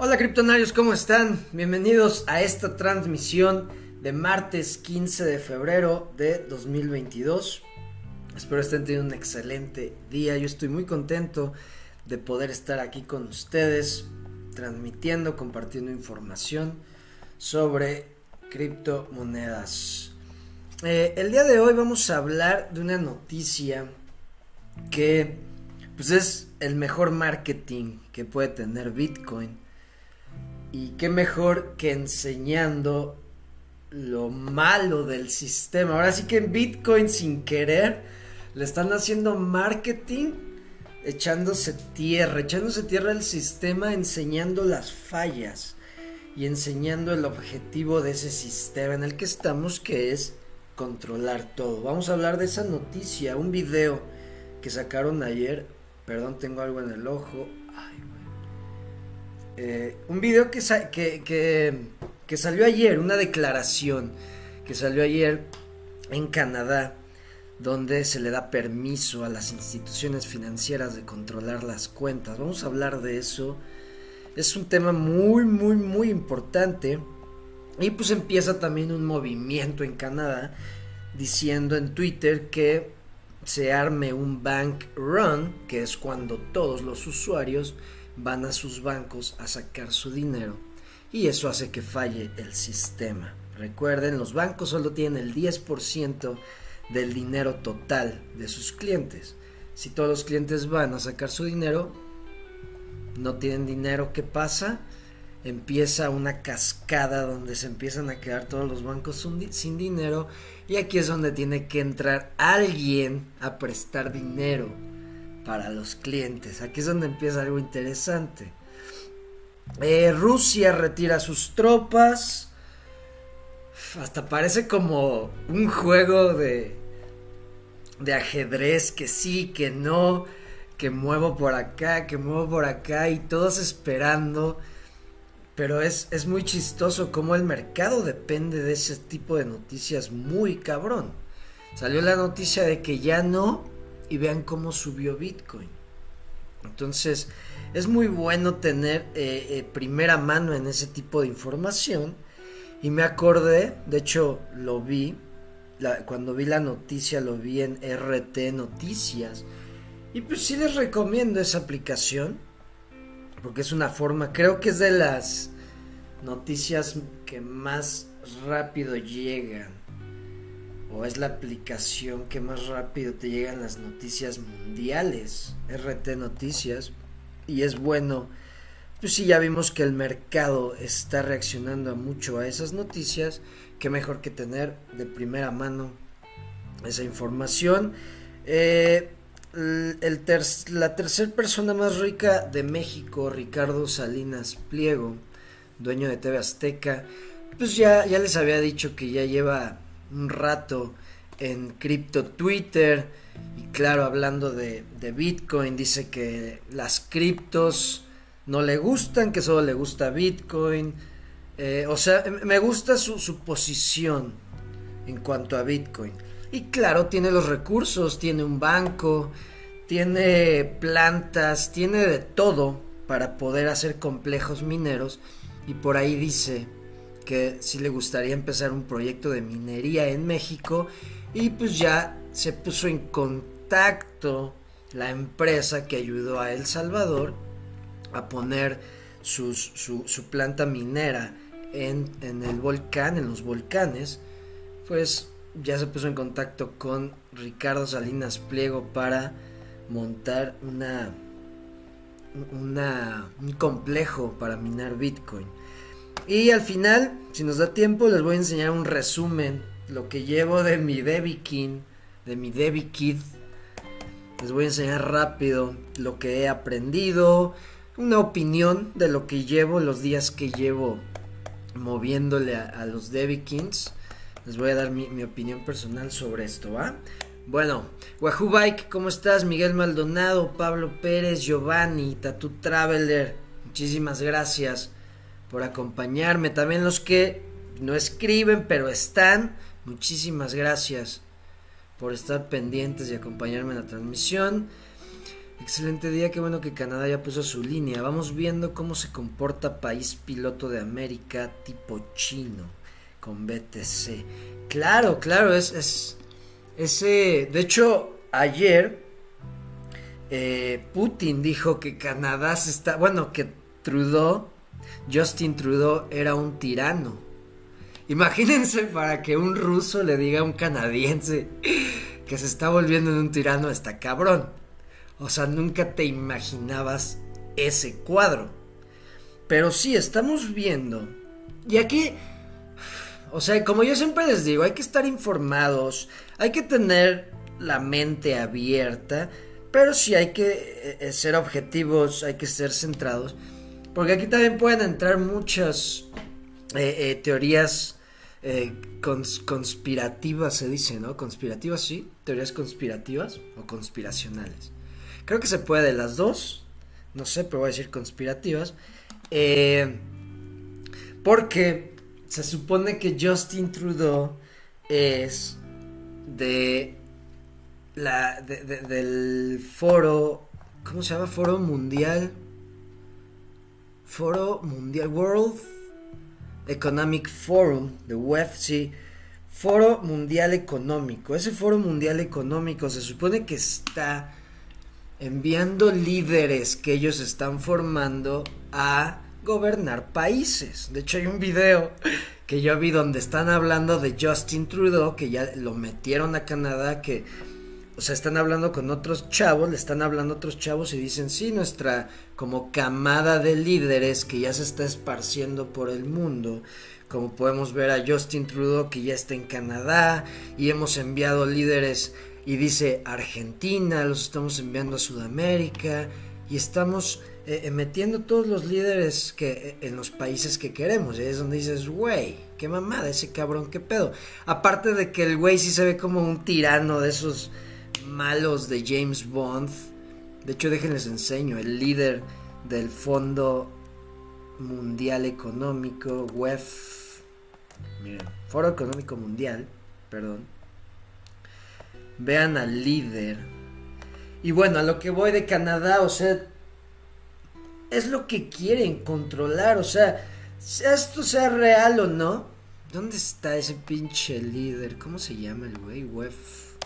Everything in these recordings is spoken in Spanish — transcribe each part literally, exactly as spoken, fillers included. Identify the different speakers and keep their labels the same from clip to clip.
Speaker 1: Hola criptonarios, ¿cómo están? Bienvenidos a esta transmisión de martes quince de febrero de dos mil veintidós. Espero estén teniendo un excelente día. Yo estoy muy contento de poder estar aquí con ustedes, transmitiendo, compartiendo información sobre criptomonedas. Eh, el día de hoy vamos a hablar de una noticia que pues es el mejor marketing que puede tener Bitcoin. Y qué mejor que enseñando lo malo del sistema. Ahora sí que en Bitcoin sin querer le están haciendo marketing, echándose tierra, echándose tierra al sistema, enseñando las fallas y enseñando el objetivo de ese sistema en el que estamos, que es controlar todo. Vamos a hablar de esa noticia, un video que sacaron ayer. Perdón, tengo algo en el ojo. Ay, Eh, un video que, sa que, que, que salió ayer, una declaración que salió ayer en Canadá, donde se le da permiso a las instituciones financieras de controlar las cuentas. Vamos a hablar de eso. Es un tema muy, muy, muy importante. Y pues empieza también un movimiento en Canadá diciendo en Twitter que se arme un bank run, que es cuando todos los usuarios van a sus bancos a sacar su dinero, y eso hace que falle el sistema. Recuerden, los bancos solo tienen el diez por ciento del dinero total de sus clientes. Si todos los clientes van a sacar su dinero, no tienen dinero, ¿qué pasa? Empieza una cascada donde se empiezan a quedar todos los bancos sin dinero, y aquí es donde tiene que entrar alguien a prestar dinero para los clientes. Aquí es donde empieza algo interesante. eh, Rusia retira sus tropas. Hasta parece como un juego de de ajedrez, que sí, que no, que muevo por acá, que muevo por acá, y todos esperando. Pero es, es muy chistoso cómo el mercado depende de ese tipo de noticias muy cabrón. Salió la noticia de que ya no, y vean cómo subió Bitcoin. Entonces es muy bueno tener eh, eh, primera mano en ese tipo de información. Y me acordé, de hecho lo vi, la, cuando vi la noticia lo vi en R T Noticias. Y pues sí les recomiendo esa aplicación, porque es una forma, creo que es de las noticias que más rápido llegan, o es la aplicación que más rápido te llegan las noticias mundiales, R T Noticias. Y es bueno, pues sí, ya vimos que el mercado está reaccionando mucho a esas noticias. Qué mejor que tener de primera mano esa información. eh, el ter la tercera persona más rica de México, Ricardo Salinas Pliego, dueño de T V Azteca, pues ya, ya les había dicho que ya lleva un rato en cripto Twitter. Y claro, hablando de, de Bitcoin, dice que las criptos no le gustan, que solo le gusta Bitcoin. eh, o sea, me gusta su, su posición en cuanto a Bitcoin. Y claro, tiene los recursos, tiene un banco, tiene plantas, tiene de todo para poder hacer complejos mineros. Y por ahí dice que sí le gustaría empezar un proyecto de minería en México. Y pues ya se puso en contacto la empresa que ayudó a El Salvador a poner sus, su, su planta minera en, en el volcán, en los volcanes. Pues ya se puso en contacto con Ricardo Salinas Pliego para montar una, una un complejo para minar Bitcoin. Y al final, si nos da tiempo, les voy a enseñar un resumen, lo que llevo de mi Debikin, de mi Debikit. Les voy a enseñar rápido lo que he aprendido, una opinión de lo que llevo, los días que llevo moviéndole a, a los Debikins. Les voy a dar mi, mi opinión personal sobre esto, ¿va? Bueno, Wahoo Bike, ¿cómo estás? Miguel Maldonado, Pablo Pérez, Giovanni, Tattoo Traveler, muchísimas gracias por acompañarme. También los que no escriben pero están, muchísimas gracias por estar pendientes y acompañarme en la transmisión. Excelente día, qué bueno que Canadá ya puso su línea. Vamos viendo cómo se comporta país piloto de América tipo chino con B T C. Claro, claro, es, es ese. De hecho, ayer eh, Putin dijo que Canadá se está, bueno, que Trudeau, Justin Trudeau era un tirano. Imagínense para que un ruso le diga a un canadiense que se está volviendo en un tirano, está cabrón. O sea, nunca te imaginabas ese cuadro. Pero sí, estamos viendo. Y aquí, o sea, como yo siempre les digo, hay que estar informados, hay que tener la mente abierta, pero sí hay que eh, ser objetivos, hay que ser centrados. Porque aquí también pueden entrar muchas eh, eh, teorías eh, cons- conspirativas, se dice, ¿no? Conspirativas, sí. Teorías conspirativas o conspiracionales. Creo que se puede de las dos. No sé, pero voy a decir conspirativas. Eh, porque se supone que Justin Trudeau es de la de, de, del foro. ¿Cómo se llama? Foro Mundial. Foro Mundial. World Economic Forum. De U E F, sí. Foro Mundial Económico. Ese Foro Mundial Económico se supone que está enviando líderes que ellos están formando a gobernar países. De hecho, hay un video que yo vi donde están hablando de Justin Trudeau, que ya lo metieron a Canadá, que, o sea, están hablando con otros chavos, le están hablando a otros chavos y dicen, sí, nuestra como camada de líderes que ya se está esparciendo por el mundo. Como podemos ver a Justin Trudeau, que ya está en Canadá, y hemos enviado líderes. Y dice Argentina, los estamos enviando a Sudamérica y estamos eh, metiendo todos los líderes que eh, en los países que queremos. Y es donde dices, güey, qué mamada ese cabrón, qué pedo. Aparte de que el güey sí se ve como un tirano de esos malos de James Bond. De hecho, déjenles enseño, el líder del Fondo Mundial Económico, U E F. Miren, Foro Económico Mundial, perdón. Vean al líder. Y bueno, a lo que voy de Canadá, o sea, es lo que quieren controlar, o sea, sea esto sea real o no. ¿Dónde está ese pinche líder? ¿Cómo se llama el güey? U E F.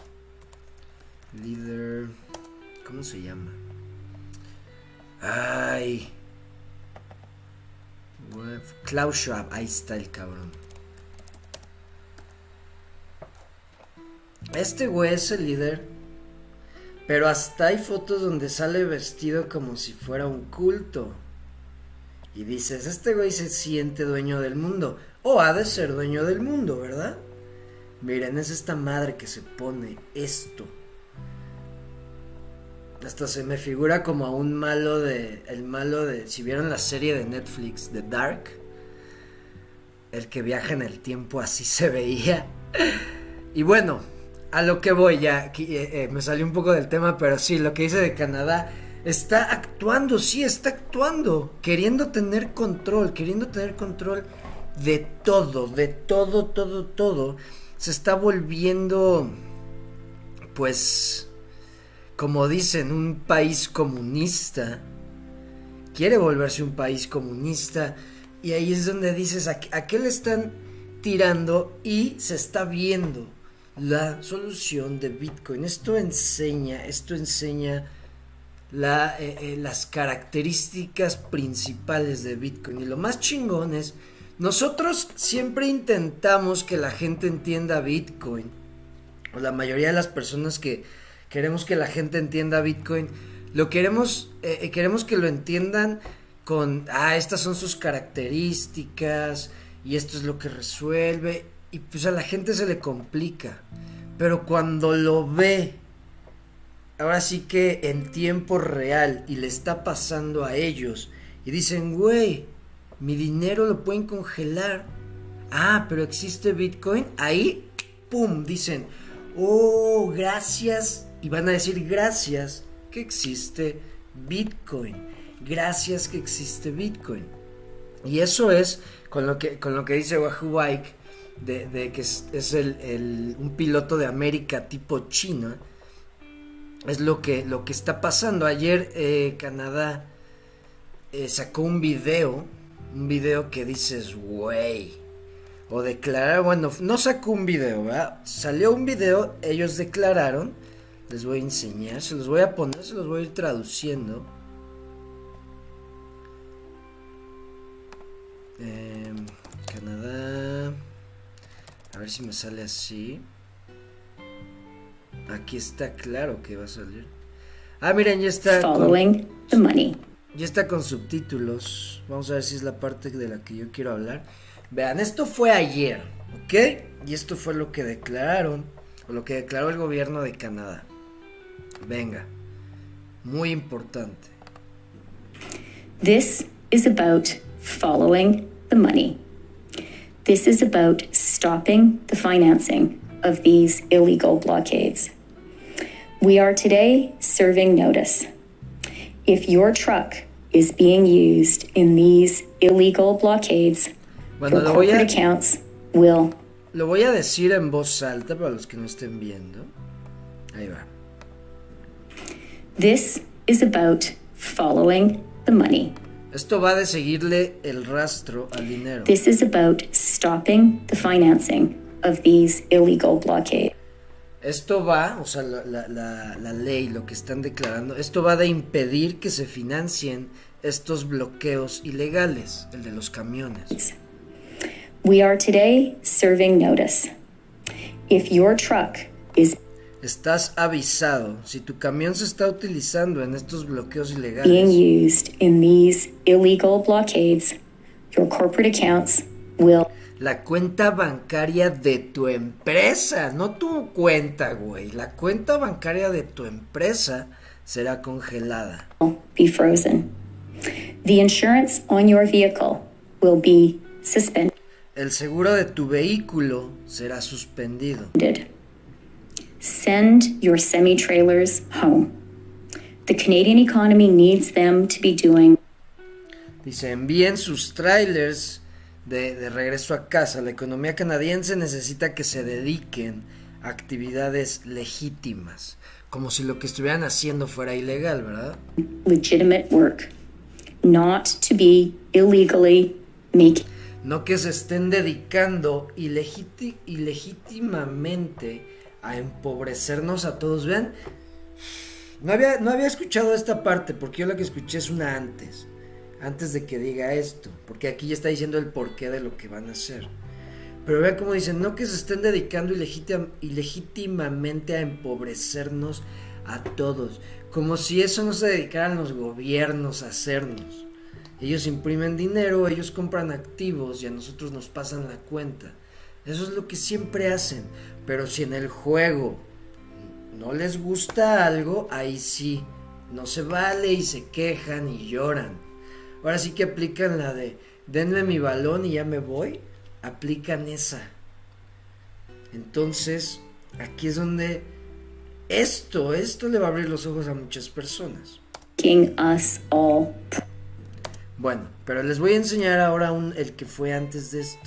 Speaker 1: Líder. ¿Cómo se llama? Ay. U E F. Klaus Schwab, ahí está el cabrón. Este güey es el líder, pero hasta hay fotos donde sale vestido como si fuera un culto. Y dices, este güey se siente dueño del mundo, o ha de ser dueño del mundo, ¿verdad? Miren, es esta madre que se pone esto. Hasta se me figura como a un malo de, el malo de, si vieron la serie de Netflix, The Dark, el que viaja en el tiempo, así se veía. Y bueno, a lo que voy ya, aquí, eh, eh, me salió un poco del tema, pero sí, lo que dice de Canadá, está actuando, sí, está actuando, queriendo tener control, queriendo tener control de todo, de todo, todo, todo, se está volviendo, pues, como dicen, un país comunista, quiere volverse un país comunista, y ahí es donde dices, ¿a, a qué le están tirando? Y se está viendo la solución de Bitcoin. Esto enseña, esto enseña la, eh, eh, las características principales de Bitcoin. Y lo más chingón es, nosotros siempre intentamos que la gente entienda Bitcoin, o la mayoría de las personas que queremos que la gente entienda Bitcoin, lo queremos, eh, queremos que lo entiendan con, ah, estas son sus características, y esto es lo que resuelve. Y pues a la gente se le complica. Pero cuando lo ve, ahora sí que en tiempo real, y le está pasando a ellos, y dicen, güey, mi dinero lo pueden congelar. Ah, pero existe Bitcoin. Ahí, pum, dicen, oh, gracias. Y van a decir, gracias que existe Bitcoin. Gracias que existe Bitcoin. Y eso es con lo que, con lo que dice Wahoo Bike. De, de que es, es el, el, un piloto de América tipo China. es lo que, lo que está pasando. Ayer eh, Canadá eh, sacó un video, un video que dices, güey, o declarar, bueno, no sacó un video, ¿verdad? Salió un video, ellos declararon, les voy a enseñar, se los voy a poner, se los voy a ir traduciendo. Eh, Canadá, a ver si me sale así. Aquí está claro que va a salir. Ah, miren, ya está.
Speaker 2: Following con, the money.
Speaker 1: Ya está con subtítulos. Vamos a ver si es la parte de la que yo quiero hablar. Vean, esto fue ayer, ¿ok? Y esto fue lo que declararon, o lo que declaró el gobierno de Canadá. Venga, muy importante.
Speaker 2: This is about following the money. This is about stopping the financing of these illegal blockades. We are today serving notice. If your truck is being used in these illegal blockades,
Speaker 1: bueno,
Speaker 2: your
Speaker 1: lo voy
Speaker 2: corporate
Speaker 1: a,
Speaker 2: accounts will...
Speaker 1: Lo voy a decir en voz alta para los que no estén viendo. Ahí va.
Speaker 2: This is about following the money.
Speaker 1: Esto va de seguirle el rastro al dinero.
Speaker 2: This is about stopping the financing of these illegal blockades.
Speaker 1: Esto va, o sea, la, la, la, la ley, lo que están declarando, esto va de impedir que se financien estos bloqueos ilegales, el de los camiones.
Speaker 2: We are today serving notice. If your truck is
Speaker 1: Estás avisado, si tu camión se está utilizando en estos bloqueos ilegales,
Speaker 2: being used in these illegal blockades, your corporate accounts will...
Speaker 1: La cuenta bancaria de tu empresa, no tu cuenta, güey. La cuenta bancaria de tu empresa será congelada.
Speaker 2: Be frozen. The insurance on your vehicle will be suspended.
Speaker 1: El seguro de tu vehículo será suspendido.
Speaker 2: Send your semi-trailers home. The Canadian economy needs them to be doing.
Speaker 1: Dice, envíen sus trailers de, de regreso a casa. La economía canadiense necesita que se dediquen a actividades legítimas, como si lo que estuvieran haciendo fuera ilegal, ¿verdad?
Speaker 2: Legitimate work, not to be illegally making.
Speaker 1: No que se estén dedicando ilegiti- ilegítimamente a empobrecernos a todos. Vean, no había, no había escuchado esta parte, porque yo la que escuché es una antes, antes de que diga esto, porque aquí ya está diciendo el porqué de lo que van a hacer. Pero vean cómo dicen, no que se estén dedicando ilegítim- ilegítimamente a empobrecernos a todos, como si eso no se dedicaran los gobiernos a hacernos. Ellos imprimen dinero, ellos compran activos y a nosotros nos pasan la cuenta. Eso es lo que siempre hacen. Pero si en el juego no les gusta algo, ahí sí, no se vale y se quejan y lloran. Ahora sí que aplican la de, denme mi balón y ya me voy. Aplican esa. Entonces, aquí es donde esto, esto le va a abrir los ojos a muchas personas.
Speaker 2: King us all.
Speaker 1: Bueno, pero les voy a enseñar ahora un, el que fue antes de esto.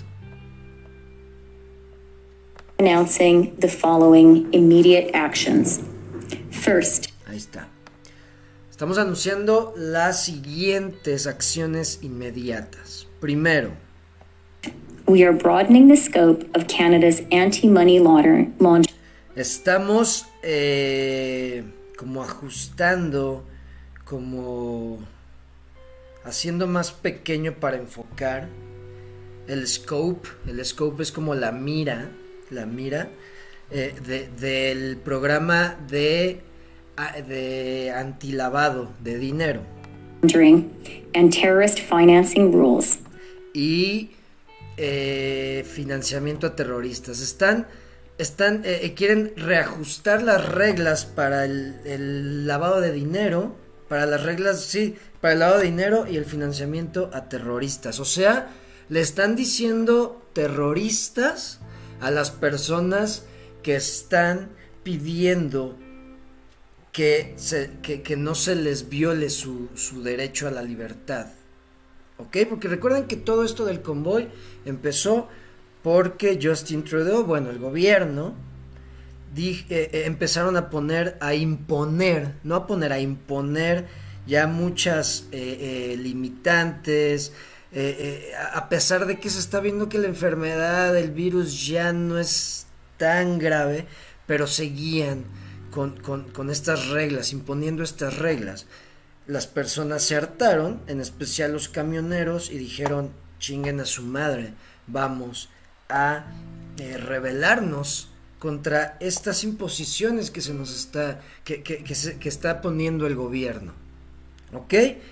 Speaker 2: Announcing the following immediate actions. First.
Speaker 1: Ahí está. Estamos anunciando las siguientes acciones inmediatas. Primero.
Speaker 2: We are broadening the scope of Canada's anti-money laundering.
Speaker 1: Estamos eh, como ajustando, como haciendo más pequeño para enfocar el scope. El scope es como la mira, la mira eh, de, del programa de, de antilavado de dinero
Speaker 2: and terrorist financing rules.
Speaker 1: Y eh, financiamiento a terroristas. Están, están eh, quieren reajustar las reglas para el, el lavado de dinero, para las reglas, sí, para el lavado de dinero y el financiamiento a terroristas. O sea, le están diciendo terroristas a las personas que están pidiendo que, se, que, que no se les viole su, su derecho a la libertad. ¿Ok? Porque recuerden que todo esto del convoy empezó porque Justin Trudeau, bueno, el gobierno, di, eh, eh, empezaron a poner, a imponer, no a poner, a imponer ya muchas eh, eh, limitantes, eh, eh, a pesar de que se está viendo que la enfermedad, el virus ya no es tan grave, pero seguían con, con, con estas reglas, imponiendo estas reglas. Las personas se hartaron, en especial los camioneros, y dijeron, chinguen a su madre, vamos a eh, rebelarnos contra estas imposiciones que se nos está, que, que, que, se, que está poniendo el gobierno, ¿ok?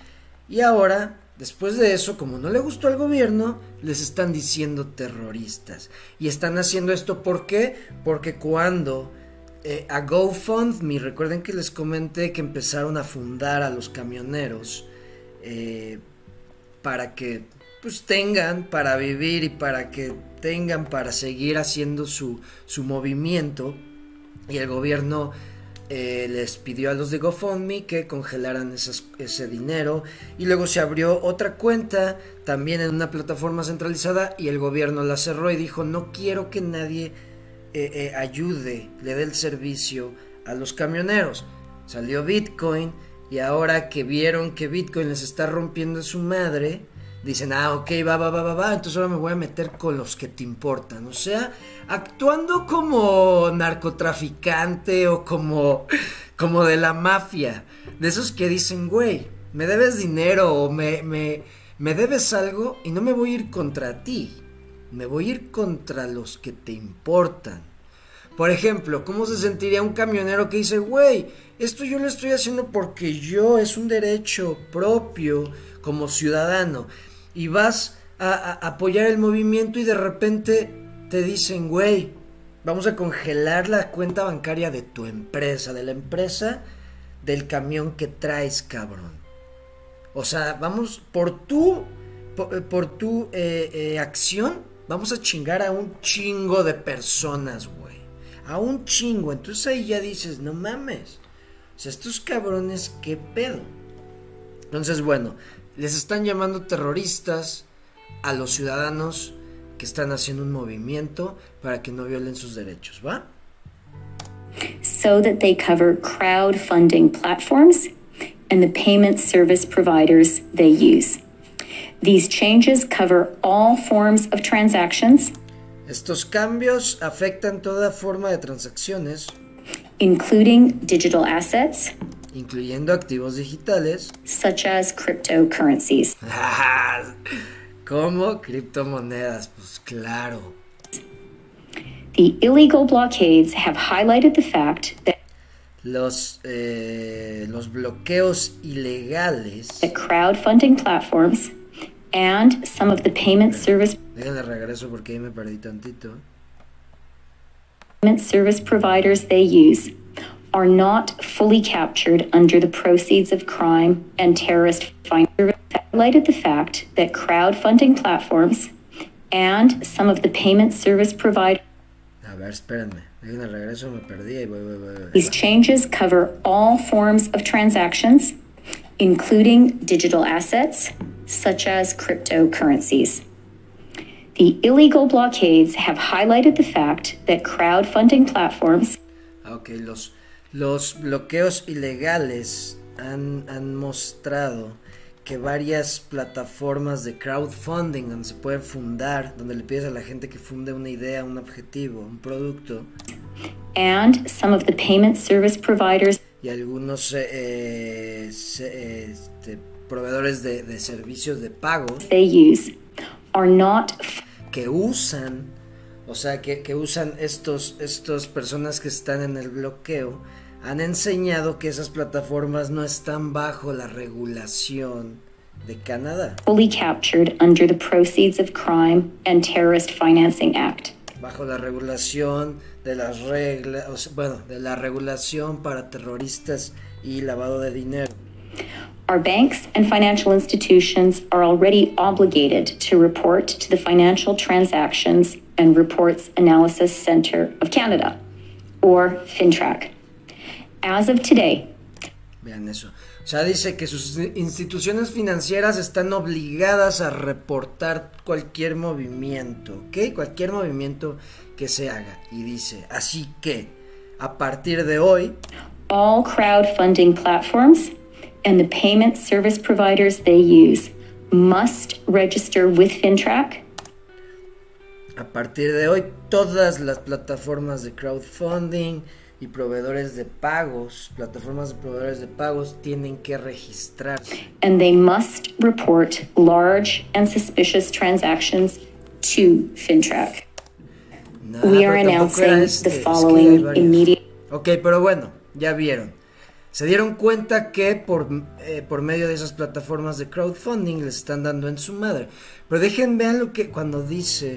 Speaker 1: Y ahora, después de eso, como no le gustó al gobierno, les están diciendo terroristas, y están haciendo esto, ¿por qué? Porque cuando Eh, a GoFundMe, recuerden que les comenté que empezaron a fundar a los camioneros eh, para que pues tengan para vivir y para que tengan para seguir haciendo su, su movimiento, y el gobierno eh, les pidió a los de GoFundMe que congelaran esas, ese dinero, y luego se abrió otra cuenta también en una plataforma centralizada y el gobierno la cerró y dijo, no quiero que nadie Eh, eh, ayude, le dé el servicio a los camioneros. Salió Bitcoin, y ahora que vieron que Bitcoin les está rompiendo su madre, dicen, ah, ok, va, va, va, va, va, entonces ahora me voy a meter con los que te importan. O sea, actuando como narcotraficante o como, como de la mafia, de esos que dicen, güey, me debes dinero o me, me, me debes algo y no me voy a ir contra ti. Me voy a ir contra los que te importan. Por ejemplo, ¿cómo se sentiría un camionero que dice, güey, esto yo lo estoy haciendo porque yo, es un derecho propio como ciudadano, y vas a, a apoyar el movimiento y de repente te dicen, güey, vamos a congelar la cuenta bancaria de tu empresa, de la empresa del camión que traes, cabrón? O sea, vamos, por tu, por, por tu eh, eh, acción, vamos a chingar a un chingo de personas, güey. A un chingo. Entonces ahí ya dices, no mames. O sea, estos cabrones, ¿qué pedo? Entonces, bueno, les están llamando terroristas a los ciudadanos que están haciendo un movimiento para que no violen sus derechos, ¿va?
Speaker 2: So that they cover crowdfunding platforms and the payment service providers they use. These changes cover all forms of transactions,
Speaker 1: Estos cambios afectan toda forma de transacciones,
Speaker 2: including digital assets,
Speaker 1: incluyendo activos digitales,
Speaker 2: such as cryptocurrencies.
Speaker 1: como criptomonedas, pues claro.
Speaker 2: The illegal blockades have highlighted the fact that
Speaker 1: Los, eh, los bloqueos ilegales.
Speaker 2: that crowdfunding platforms and some of the payment service
Speaker 1: Déjenle regreso porque ahí me perdí tantito.
Speaker 2: payment service providers they use are not fully captured under the proceeds of crime and terrorist finance. Highlighted the fact that crowdfunding platforms and some of the payment service providers.
Speaker 1: A ver, espérenme. Déjenle regreso, me perdí y voy, voy, voy, voy.
Speaker 2: These changes cover all forms of transactions, including digital assets, such as cryptocurrencies. The illegal blockades have highlighted the fact that crowdfunding platforms.
Speaker 1: Ok, los, los bloqueos ilegales han, han mostrado que varias plataformas de crowdfunding donde se puede fundar, donde le pides a la gente que funde una idea, un objetivo, un producto,
Speaker 2: And some of the payment service providers
Speaker 1: y algunos eh, se, este, proveedores de, de servicios de pago
Speaker 2: they use are not
Speaker 1: que usan, o sea, que, que usan estos, estos personas que están en el bloqueo, han enseñado que esas plataformas no están bajo la regulación de Canadá,
Speaker 2: fully captured under the Proceeds of Crime and Terrorist Financing Act.
Speaker 1: bajo la regulación de las reglas, o sea, bueno, de la regulación para terroristas y lavado de dinero.
Speaker 2: Our banks and financial institutions are already obligated to report to the Financial Transactions and Reports Analysis Centre of Canada, or FINTRAC. As of today,
Speaker 1: Vean eso. O sea, dice que sus instituciones financieras están obligadas a reportar cualquier movimiento, ¿ok? Cualquier movimiento que se haga. Y dice, así que, a partir de hoy,
Speaker 2: all crowdfunding platforms and the payment service providers they use must register with FINTRAC.
Speaker 1: A partir de hoy, todas las plataformas de crowdfunding y proveedores de pagos, plataformas de proveedores de pagos, tienen que registrarse.
Speaker 2: And they must report large and suspicious transactions to FINTRAC.
Speaker 1: Nah,
Speaker 2: We are
Speaker 1: pero tampoco era
Speaker 2: announcing
Speaker 1: este,
Speaker 2: the
Speaker 1: es que hay
Speaker 2: following
Speaker 1: varios.
Speaker 2: immediate.
Speaker 1: Ok, pero bueno, ya vieron. Se dieron cuenta que por, eh, por medio de esas plataformas de crowdfunding les están dando en su madre. Pero dejen, vean lo que cuando dice...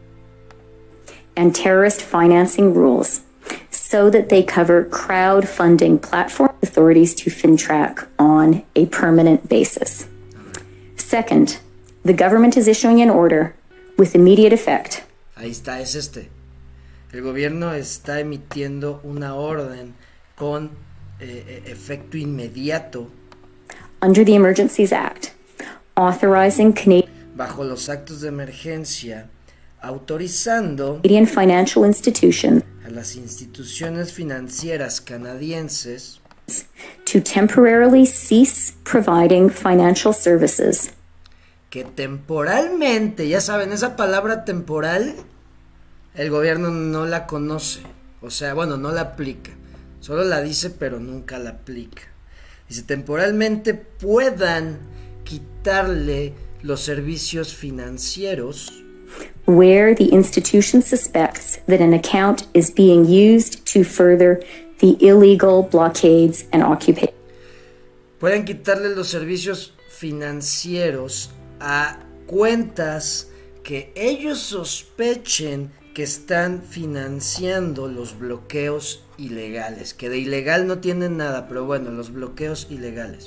Speaker 2: And terrorist financing rules so that they cover crowdfunding platform authorities to FINTRAC on a permanent basis. Second, the government is issuing an order with immediate effect.
Speaker 1: Ahí está, es este. El gobierno está emitiendo una orden con eh, efecto inmediato
Speaker 2: Under the Emergencies Act, authorizing Canadian
Speaker 1: bajo los actos de emergencia, autorizando
Speaker 2: financial institutions
Speaker 1: a las instituciones financieras canadienses
Speaker 2: to temporarily cease providing financial services
Speaker 1: que temporalmente, ya saben, esa palabra temporal, el gobierno no la conoce, o sea, bueno, no la aplica, solo la dice pero nunca la aplica. Dice, temporalmente puedan quitarle los servicios financieros
Speaker 2: where the institution suspects that an account is being used to further the illegal blockades and occupation.
Speaker 1: Pueden quitarle los servicios financieros a cuentas que ellos sospechen que están financiando los bloqueos ilegales, que de ilegal no tienen nada, pero bueno, los bloqueos ilegales.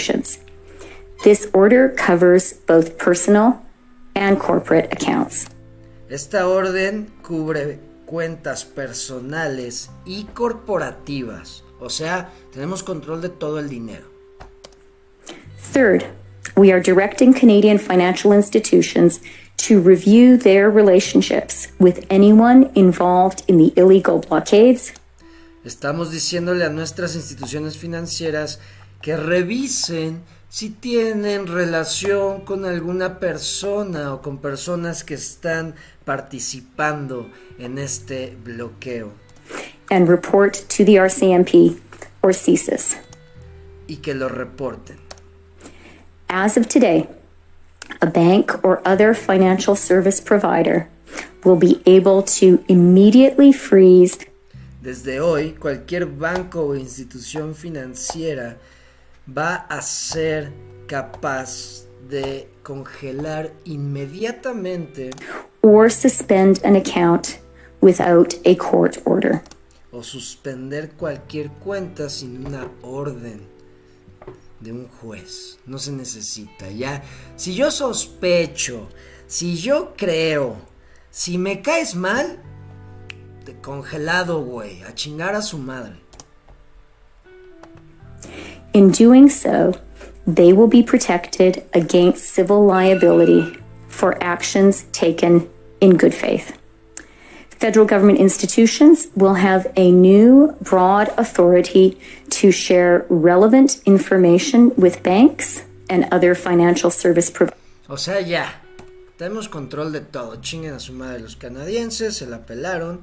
Speaker 2: This order covers both personal and corporate accounts.
Speaker 1: Esta orden cubre cuentas personales y corporativas, o sea, tenemos control de todo el dinero.
Speaker 2: Third, we are directing Canadian financial institutions to review their relationships with anyone involved in the illegal blockades.
Speaker 1: Estamos diciéndole a nuestras instituciones financieras que revisen si tienen relación con alguna persona o con personas que están participando en este bloqueo.
Speaker 2: And report to the R C M P or C S I S.
Speaker 1: Y que lo reporten.
Speaker 2: As of today, a bank or other financial service provider will be able to immediately freeze.
Speaker 1: Desde hoy, cualquier banco o institución financiera va a ser capaz de congelar inmediatamente
Speaker 2: or suspend an account without a court order.
Speaker 1: O suspender cualquier cuenta sin una orden de un juez. No se necesita, ya. Si yo sospecho, si yo creo, si me caes mal, te congelado, güey, a chingar a su madre.
Speaker 2: In doing so, they will be protected against civil liability for actions taken in good faith. Federal government institutions will have a new broad authority to share relevant information with banks and other financial service providers.
Speaker 1: O sea, ya, tenemos control de todo. Chinguen a su madre los canadienses, se la pelaron.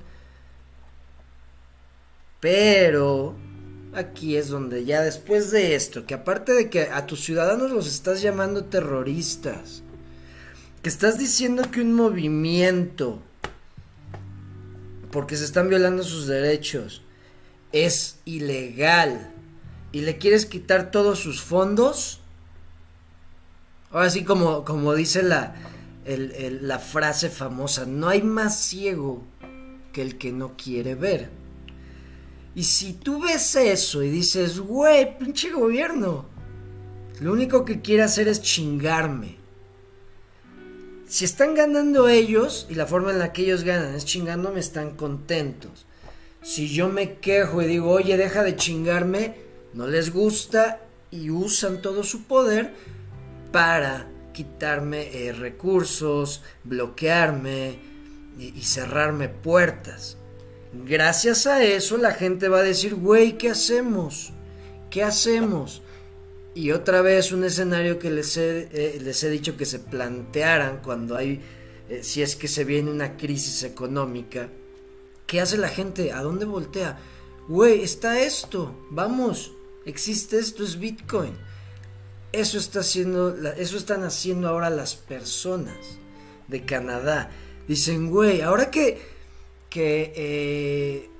Speaker 1: Pero aquí es donde ya después de esto, que aparte de que a tus ciudadanos los estás llamando terroristas, que estás diciendo que un movimiento, porque se están violando sus derechos, es ilegal y le quieres quitar todos sus fondos. Ahora sí, como, como dice la, el, el, la frase famosa, no hay más ciego que el que no quiere ver. Y si tú ves eso y dices, güey, pinche gobierno, lo único que quiere hacer es chingarme. Si están ganando ellos y la forma en la que ellos ganan es chingándome, están contentos. Si yo me quejo y digo, oye, deja de chingarme, no les gusta y usan todo su poder para quitarme eh, recursos, bloquearme y, y cerrarme puertas. Gracias a eso la gente va a decir, güey, ¿qué hacemos? ¿Qué hacemos? Y otra vez un escenario que les he, eh, les he dicho que se plantearan cuando hay, eh, si es que se viene una crisis económica. ¿Qué hace la gente? ¿A dónde voltea? Güey, está esto, vamos, existe esto, es Bitcoin. Eso está haciendo, eso están haciendo ahora las personas de Canadá. Dicen, güey, ahora que, que, eh,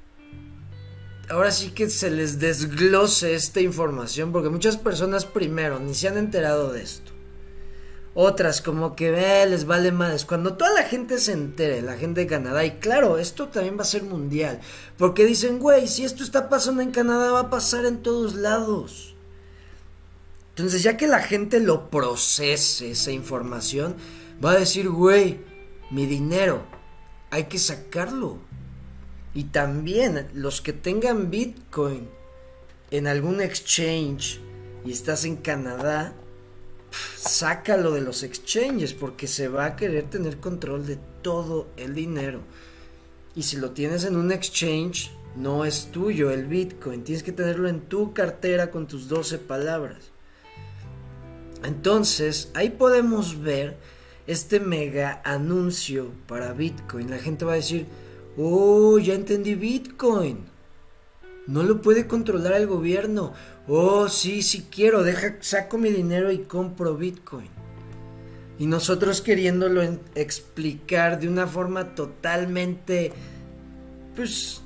Speaker 1: ahora sí que se les desglose esta información, porque muchas personas primero ni se han enterado de esto. Otras como que ve, les vale madres. Cuando toda la gente se entere, la gente de Canadá, y claro, esto también va a ser mundial, porque dicen, güey, si esto está pasando en Canadá, va a pasar en todos lados. Entonces, ya que la gente lo procese, esa información, va a decir, güey, mi dinero, hay que sacarlo. Y también, los que tengan Bitcoin en algún exchange y estás en Canadá, sácalo de los exchanges, porque se va a querer tener control de todo el dinero. Y si lo tienes en un exchange, no es tuyo el Bitcoin, tienes que tenerlo en tu cartera con tus doce palabras. Entonces, ahí podemos ver este mega anuncio para Bitcoin. La gente va a decir, oh, ya entendí Bitcoin. No lo puede controlar el gobierno. Oh, sí, sí quiero, deja, saco mi dinero y compro Bitcoin. Y nosotros queriéndolo en, explicar de una forma totalmente, pues,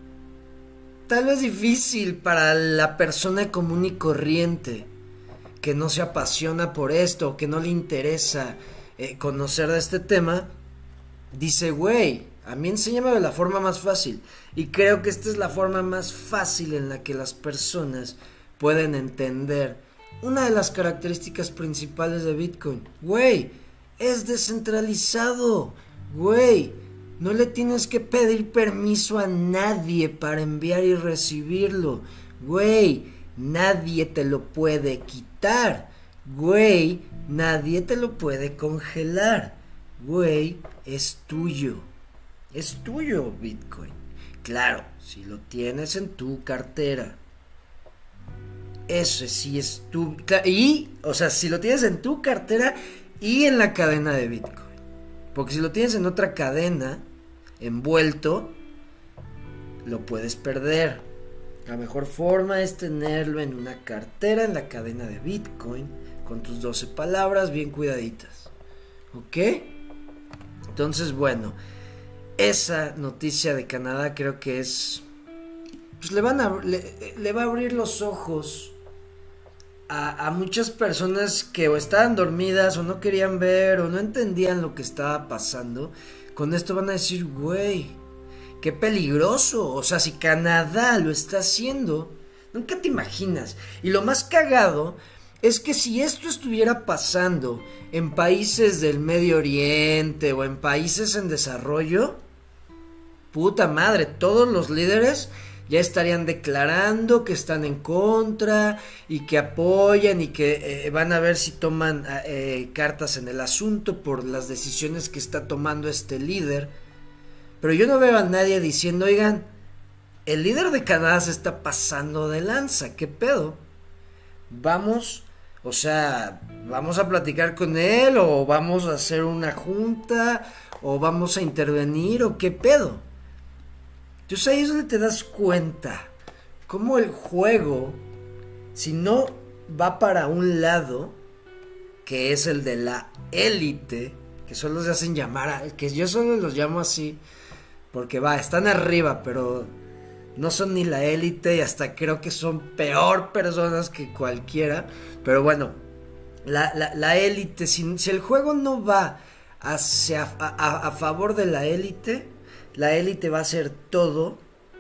Speaker 1: tal vez difícil para la persona común y corriente, que no se apasiona por esto, que no le interesa eh, conocer de este tema, dice, güey, a mí enséñame de la forma más fácil. Y creo que esta es la forma más fácil en la que las personas pueden entender una de las características principales de Bitcoin. Güey, es descentralizado. Güey, no le tienes que pedir permiso a nadie para enviar y recibirlo. Güey, nadie te lo puede quitar. Güey, nadie te lo puede congelar. Güey, es tuyo. Es tuyo Bitcoin. Claro, si lo tienes en tu cartera. Eso sí es tu... Y, o sea, si lo tienes en tu cartera y en la cadena de Bitcoin. Porque si lo tienes en otra cadena, envuelto, lo puedes perder. La mejor forma es tenerlo en una cartera, en la cadena de Bitcoin, con tus doce palabras bien cuidaditas. ¿Ok? Entonces, bueno, esa noticia de Canadá creo que es... Pues le, van a, le, le va a abrir los ojos a, a muchas personas que o estaban dormidas o no querían ver o no entendían lo que estaba pasando. Con esto van a decir, güey, qué peligroso. O sea, si Canadá lo está haciendo, nunca te imaginas. Y lo más cagado es que si esto estuviera pasando en países del Medio Oriente o en países en desarrollo, puta madre, todos los líderes ya estarían declarando que están en contra y que apoyan y que eh, van a ver si toman eh, cartas en el asunto por las decisiones que está tomando este líder. Pero yo no veo a nadie diciendo, oigan, el líder de Canadá se está pasando de lanza, ¿qué pedo? Vamos, o sea, vamos a platicar con él o vamos a hacer una junta o vamos a intervenir o qué pedo. Entonces ahí es donde te das cuenta cómo el juego, si no va para un lado, que es el de la élite, que solo se hacen llamar, que yo solo los llamo así, porque va, están arriba, pero no son ni la élite y hasta creo que son peor personas que cualquiera. Pero bueno, la, la, la élite, si, si el juego no va hacia, a, a, a favor de la élite, la élite va a hacer todo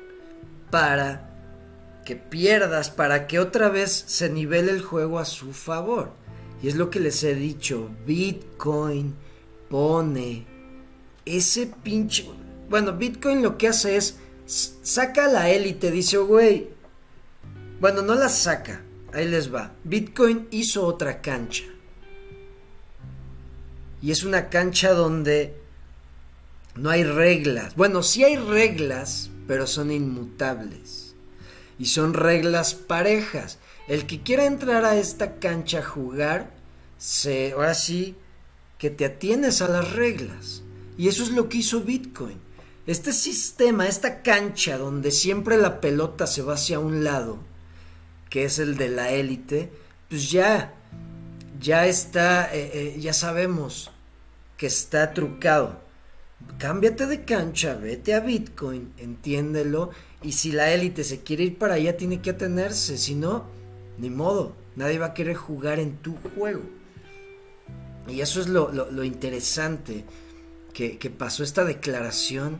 Speaker 1: para que pierdas, para que otra vez se nivele el juego a su favor. Y es lo que les he dicho, Bitcoin pone ese pinche... Bueno, Bitcoin lo que hace es saca a la élite, dice, oh, güey, bueno, no la saca, ahí les va. Bitcoin hizo otra cancha. Y es una cancha donde no hay reglas. Bueno, sí hay reglas, pero son inmutables. Y son reglas parejas. El que quiera entrar a esta cancha a jugar, se, ahora sí que te atienes a las reglas. Y eso es lo que hizo Bitcoin. Este sistema, esta cancha donde siempre la pelota se va hacia un lado, que es el de la élite, pues ya, ya está, eh, eh, ya sabemos que está trucado. Cámbiate de cancha, vete a Bitcoin, entiéndelo, y si la élite se quiere ir para allá tiene que atenerse, si no, ni modo, nadie va a querer jugar en tu juego. Y eso es lo, lo, lo interesante que, que pasó. Esta declaración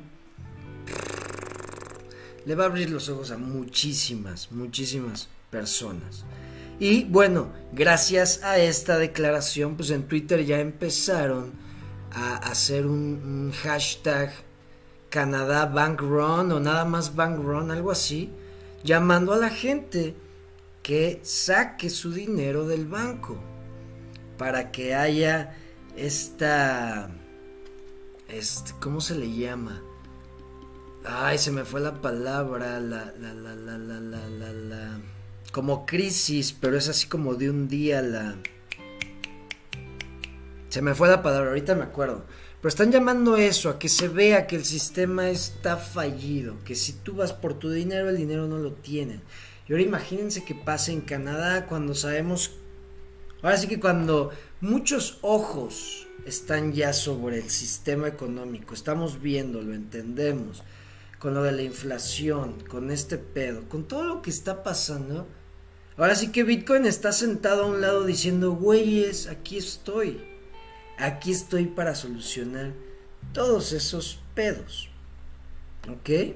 Speaker 1: le va a abrir los ojos a muchísimas, muchísimas personas. Y bueno, gracias a esta declaración, pues en Twitter ya empezaron a hacer un, un hashtag Canadá Bank Run o nada más Bank Run, algo así, llamando a la gente que saque su dinero del banco para que haya esta, este, ¿cómo se le llama? Ay, se me fue la palabra, la, la, la, la, la, la, la, la, como crisis, pero es así como de un día, la, se me fue la palabra, ahorita me acuerdo, pero están llamando eso, a que se vea que el sistema está fallido, que si tú vas por tu dinero, el dinero no lo tienen. Y ahora imagínense que pase en Canadá cuando sabemos, ahora sí que cuando muchos ojos están ya sobre el sistema económico, estamos viendo, lo entendemos, con lo de la inflación, con este pedo, con todo lo que está pasando, ahora sí que Bitcoin está sentado a un lado diciendo, güeyes, aquí estoy, aquí estoy para solucionar todos esos pedos, ¿ok?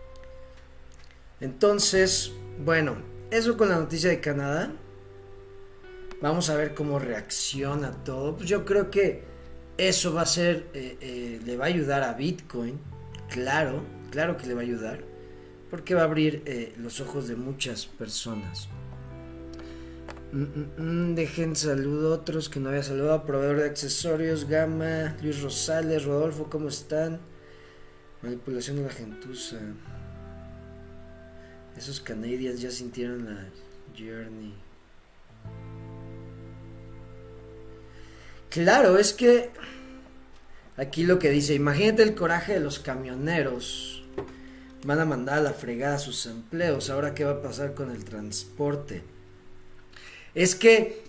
Speaker 1: Entonces, bueno, eso con la noticia de Canadá. Vamos a ver cómo reacciona todo. Pues yo creo que eso va a ser, eh, eh, le va a ayudar a Bitcoin. Claro, claro que le va a ayudar. Porque va a abrir eh, los ojos de muchas personas. Mm, mm, mm, dejen saludo a otros que no había saludado. Proveedor de accesorios, Gama, Luis Rosales, Rodolfo, ¿cómo están? Manipulación de la gentuza. Esos canadiens ya sintieron la journey. Claro, es que aquí lo que dice, imagínate el coraje de los camioneros. Van a mandar a la fregada sus empleos. Ahora, ¿qué va a pasar con el transporte? Es que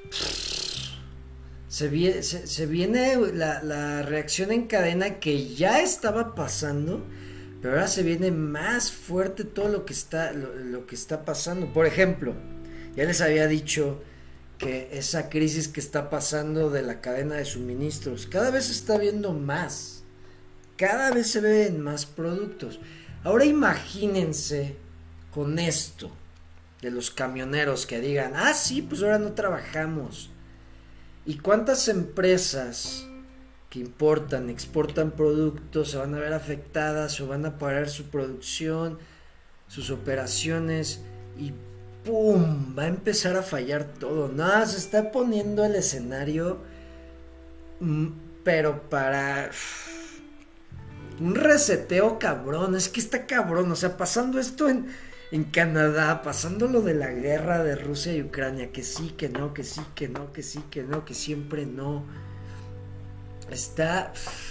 Speaker 1: se viene, se, se viene la, la reacción en cadena que ya estaba pasando, pero ahora se viene más fuerte todo lo que está, lo, lo que está pasando. Por ejemplo, ya les había dicho que esa crisis que está pasando de la cadena de suministros, cada vez se está viendo más, cada vez se ven más productos. Ahora imagínense con esto de los camioneros que digan, ah sí, pues ahora no trabajamos. ¿Y cuántas empresas que importan, exportan productos se van a ver afectadas o van a parar su producción, sus operaciones y ¡pum! Va a empezar a fallar todo. No, se está poniendo el escenario, pero para un reseteo cabrón. Es que está cabrón, o sea, pasando esto en, en Canadá, pasando lo de la guerra de Rusia y Ucrania, que sí, que no, que sí, que no, que sí, que no, que siempre no. Está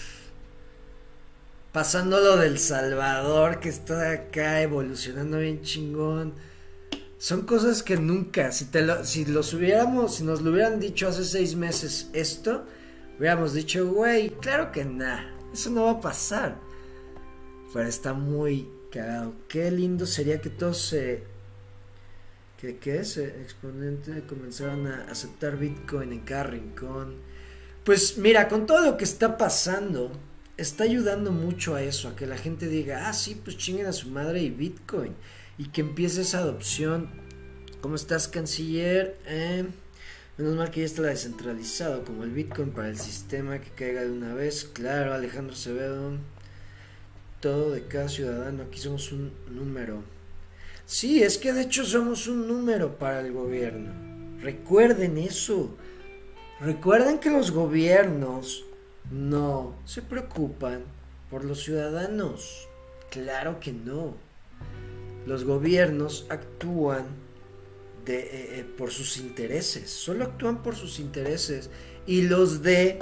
Speaker 1: pasando lo del Salvador, que está acá evolucionando bien chingón. Son cosas que nunca, si te lo, si los hubiéramos, si nos lo hubieran dicho hace seis meses esto, hubiéramos dicho, güey, claro que nada, eso no va a pasar. Pero está muy cagado. Qué lindo sería que todos se, que qué es, exponente comenzaron a aceptar Bitcoin en cada rincón. Pues mira, con todo lo que está pasando, está ayudando mucho a eso, a que la gente diga, ah sí, pues chinguen a su madre y Bitcoin. Y que empiece esa adopción. ¿Cómo estás, canciller? Eh, menos mal que ya está la descentralizado, como el Bitcoin para el sistema, que caiga de una vez. Claro, Alejandro Acevedo. Todo de cada ciudadano, aquí somos un número. Sí, es que de hecho somos un número para el gobierno. Recuerden eso. Recuerden que los gobiernos no se preocupan por los ciudadanos. Claro que no. Los gobiernos actúan de, eh, eh, por sus intereses, solo actúan por sus intereses, y los de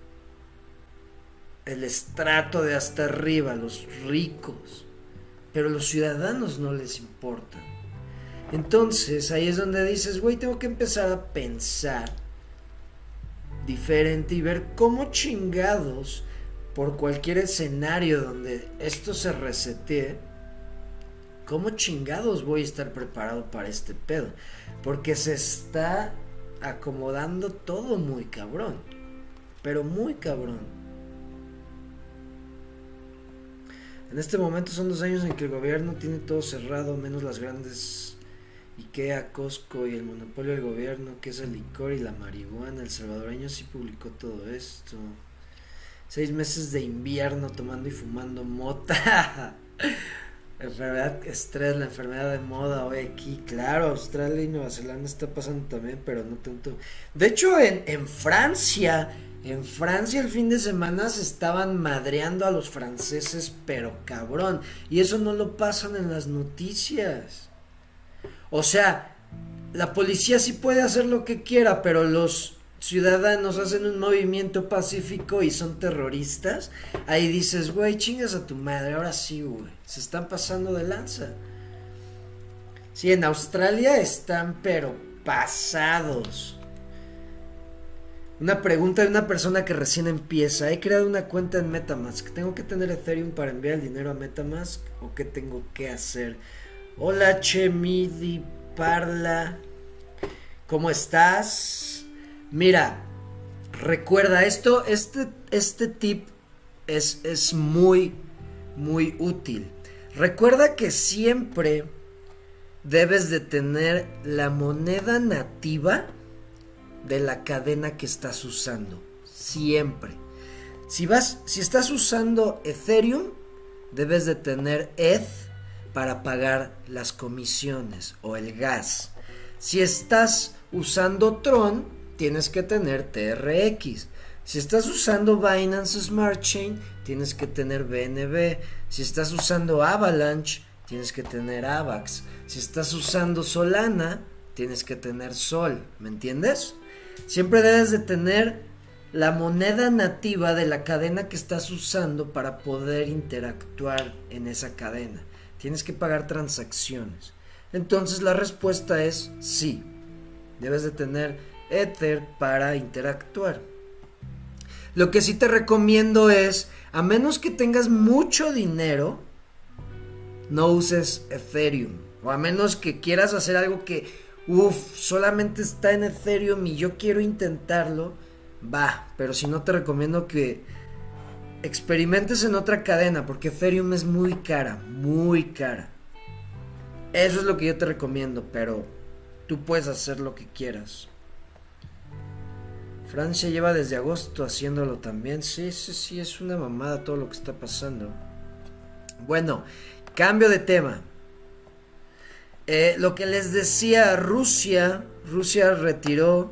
Speaker 1: el estrato de hasta arriba, los ricos, pero los ciudadanos no les importan. Entonces ahí es donde dices, güey, tengo que empezar a pensar diferente y ver cómo chingados, por cualquier escenario donde esto se resetee, cómo chingados voy a estar preparado para este pedo, porque se está acomodando todo muy cabrón, pero muy cabrón. En este momento son dos años en que el gobierno tiene todo cerrado, menos las grandes IKEA, Costco y el monopolio del gobierno, que es el licor y la marihuana. El salvadoreño sí publicó todo esto. Seis meses de invierno tomando y fumando mota. Enfermedad, estrés, la enfermedad de moda hoy aquí. Claro, Australia y Nueva Zelanda está pasando también, pero no tanto. De hecho, en, en Francia, en Francia el fin de semana se estaban madreando a los franceses, pero cabrón. Y eso no lo pasan en las noticias. O sea, la policía sí puede hacer lo que quiera, pero los ciudadanos hacen un movimiento pacífico y son terroristas. Ahí dices, güey, chingas a tu madre, ahora sí, güey, se están pasando de lanza. Sí, en Australia están pero pasados. Una pregunta de una persona que recién empieza: he creado una cuenta en MetaMask, ¿tengo que tener Ethereum para enviar el dinero a MetaMask o qué tengo que hacer? Hola Chemidi Parla, ¿cómo estás? Mira, recuerda esto, este, este tip es, es muy, muy útil. Recuerda que siempre debes de tener la moneda nativa de la cadena que estás usando. Siempre. Si vas, si estás usando Ethereum, debes de tener E T H para pagar las comisiones o el gas. Si estás usando Tron, tienes que tener T R X. Si estás usando Binance Smart Chain, tienes que tener B N B. Si estás usando Avalanche, tienes que tener AVAX. Si estás usando Solana, tienes que tener Sol. ¿Me entiendes? Siempre debes de tener la moneda nativa de la cadena que estás usando para poder interactuar en esa cadena. Tienes que pagar transacciones. Entonces la respuesta es sí. Debes de tener Ether para interactuar. Lo que sí te recomiendo es, a menos que tengas mucho dinero, no uses Ethereum. O a menos que quieras hacer algo que, uff, solamente está en Ethereum y yo quiero intentarlo, va. Pero si no, te recomiendo que experimentes en otra cadena, porque Ethereum es muy cara, muy cara. Eso es lo que yo te recomiendo, pero tú puedes hacer lo que quieras. Francia lleva desde agosto haciéndolo también. Sí, sí, sí, es una mamada todo lo que está pasando. Bueno, cambio de tema. Eh, lo que les decía, Rusia, Rusia retiró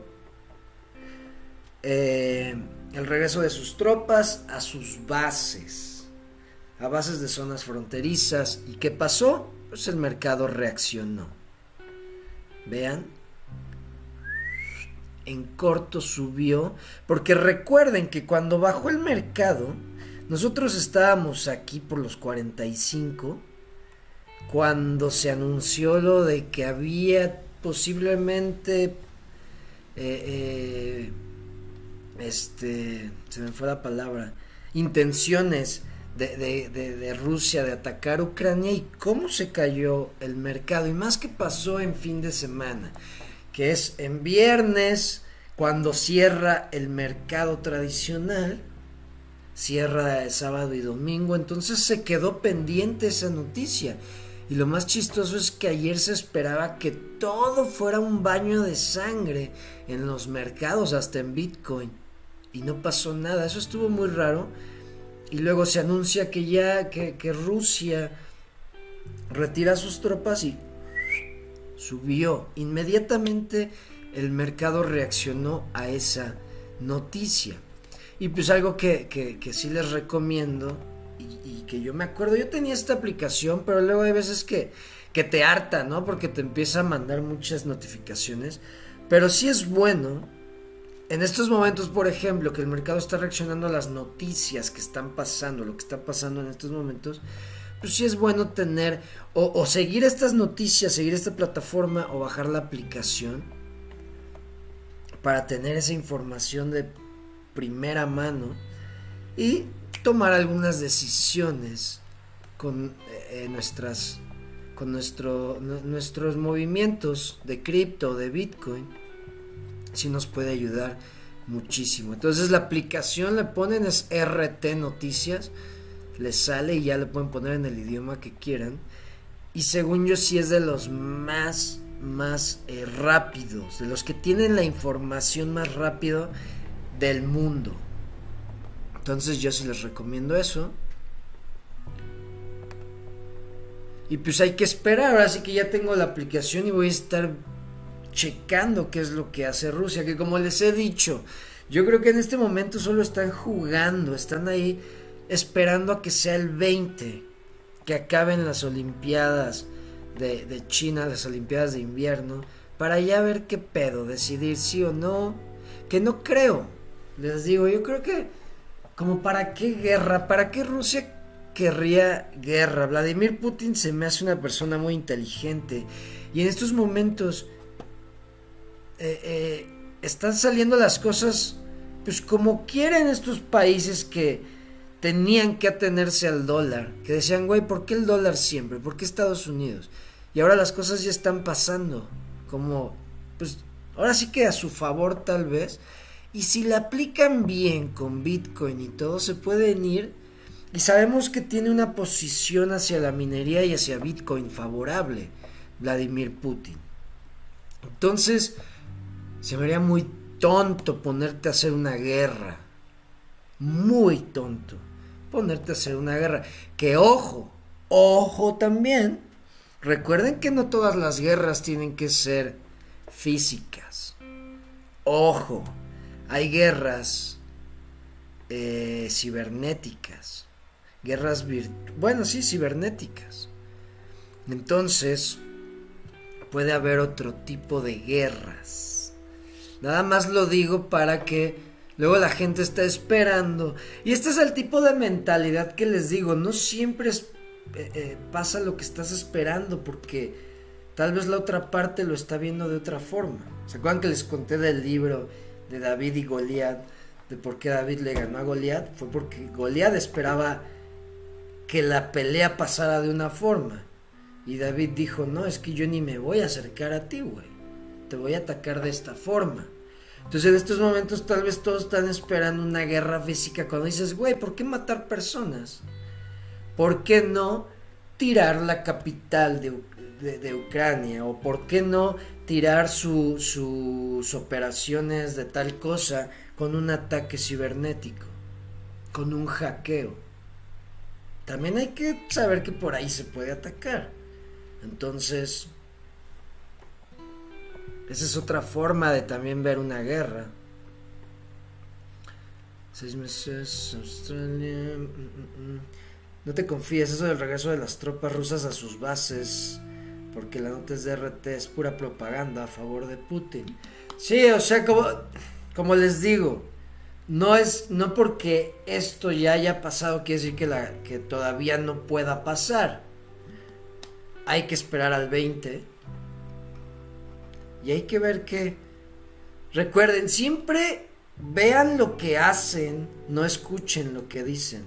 Speaker 1: eh, el regreso de sus tropas a sus bases, a bases de zonas fronterizas. ¿Y qué pasó? Pues el mercado reaccionó. Vean. En corto subió, porque recuerden que cuando bajó el mercado, nosotros estábamos aquí por los cuarenta y cinco, cuando se anunció lo de que había posiblemente, eh, eh, este, se me fue la palabra, intenciones de, de, de, de Rusia de atacar Ucrania, y cómo se cayó el mercado, y más que pasó en fin de semana, que es en viernes, cuando cierra el mercado tradicional, cierra el sábado y domingo. Entonces se quedó pendiente esa noticia, y lo más chistoso es que ayer se esperaba que todo fuera un baño de sangre en los mercados, hasta en Bitcoin, y no pasó nada. Eso estuvo muy raro. Y luego se anuncia que ya que, que Rusia retira sus tropas y subió. Inmediatamente el mercado reaccionó a esa noticia. Y pues algo que, que, que sí les recomiendo y, y que yo me acuerdo, yo tenía esta aplicación, pero luego hay veces que, que te harta, ¿no? Porque te empieza a mandar muchas notificaciones, pero sí es bueno, en estos momentos, por ejemplo, que el mercado está reaccionando a las noticias que están pasando, lo que está pasando en estos momentos, pues sí es bueno tener, o, o seguir estas noticias, seguir esta plataforma, o bajar la aplicación, para tener esa información de primera mano, y tomar algunas decisiones con eh, nuestras con nuestro, no, nuestros movimientos de cripto, de Bitcoin. Sí nos puede ayudar muchísimo. Entonces la aplicación le ponen es R T Noticias, le sale y ya le pueden poner en el idioma que quieran, y según yo sí es de los más más eh, rápidos, de los que tienen la información más rápido del mundo. Entonces yo sí les recomiendo eso. Y pues hay que esperar. Ahora sí que ya tengo la aplicación y voy a estar checando qué es lo que hace Rusia, que como les he dicho, yo creo que en este momento solo están jugando, están ahí esperando a que sea el veinte, que acaben las Olimpiadas de, de China, las Olimpiadas de invierno, para ya ver qué pedo, decidir sí o no, que no creo, les digo, yo creo que como para qué guerra, para qué Rusia querría guerra. Vladimir Putin se me hace una persona muy inteligente, y en estos momentos eh, eh, están saliendo las cosas pues como quieren estos países que tenían que atenerse al dólar, que decían, güey, ¿por qué el dólar siempre? ¿Por qué Estados Unidos? Y ahora las cosas ya están pasando como, pues, ahora sí que a su favor tal vez, y si la aplican bien con Bitcoin y todo, se pueden ir, y sabemos que tiene una posición hacia la minería y hacia Bitcoin favorable, Vladimir Putin. Entonces, se me haría muy tonto ponerte a hacer una guerra, muy tonto, ponerte a hacer una guerra, que ojo, ojo también, recuerden que no todas las guerras tienen que ser físicas, ojo, hay guerras eh, cibernéticas, guerras virtu- bueno sí, cibernéticas, entonces puede haber otro tipo de guerras, nada más lo digo para que luego la gente está esperando. Y este es el tipo de mentalidad que les digo. No siempre es, eh, eh, pasa lo que estás esperando, porque tal vez la otra parte lo está viendo de otra forma. ¿Se acuerdan que les conté del libro de David y Goliat? De por qué David le ganó a Goliat. Fue porque Goliat esperaba que la pelea pasara de una forma. Y David dijo, no, es que yo ni me voy a acercar a ti, güey. Te voy a atacar de esta forma. Entonces en estos momentos tal vez todos están esperando una guerra física, cuando dices, güey, ¿por qué matar personas? ¿Por qué no tirar la capital de, de, de Ucrania? ¿O por qué no tirar su, su, sus operaciones de tal cosa con un ataque cibernético? Con un hackeo. También hay que saber que por ahí se puede atacar. Entonces, esa es otra forma de también ver una guerra. Seis meses, Australia. Mm, mm, mm. No te confíes, eso del regreso de las tropas rusas a sus bases, porque la nota es de R T, es pura propaganda a favor de Putin. Sí, o sea, como, como les digo, no es, no porque esto ya haya pasado quiere decir que, la, que todavía no pueda pasar. Hay que esperar al veinte. Y hay que ver que, recuerden, siempre vean lo que hacen, no escuchen lo que dicen.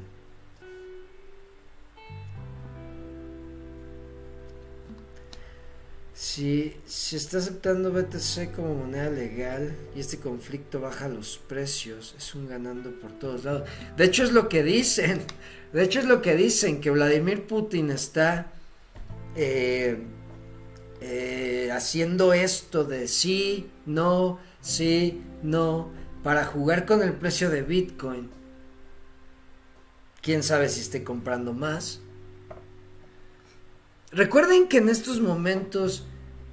Speaker 1: Si, si está aceptando B T C como moneda legal y este conflicto baja los precios, es un ganando por todos lados. De hecho es lo que dicen, de hecho es lo que dicen, que Vladimir Putin está... Eh, Eh, haciendo esto de sí, no, sí, no, para jugar con el precio de Bitcoin. Quién sabe si esté comprando más. Recuerden que en estos momentos,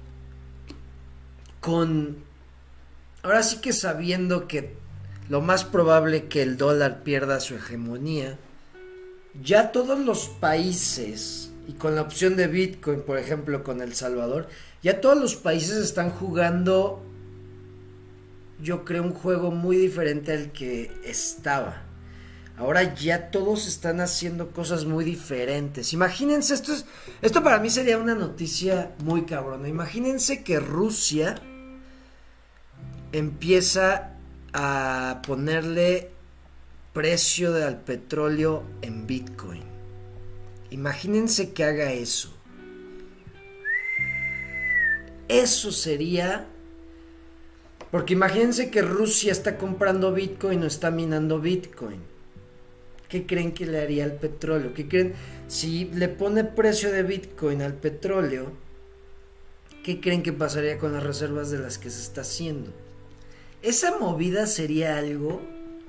Speaker 1: con, ahora sí que sabiendo que lo más probable que el dólar pierda su hegemonía, ya todos los países, y con la opción de Bitcoin, por ejemplo, con El Salvador, ya todos los países están jugando, yo creo, un juego muy diferente al que estaba. Ahora ya todos están haciendo cosas muy diferentes. Imagínense, esto es, esto para mí sería una noticia muy cabrona. Imagínense que Rusia empieza a ponerle precio al petróleo en Bitcoin. Imagínense que haga eso. Eso sería... Porque imagínense que Rusia está comprando Bitcoin o está minando Bitcoin. ¿Qué creen que le haría al petróleo? ¿Qué creen? Si le pone precio de Bitcoin al petróleo, ¿qué creen que pasaría con las reservas de las que se está haciendo? Esa movida sería algo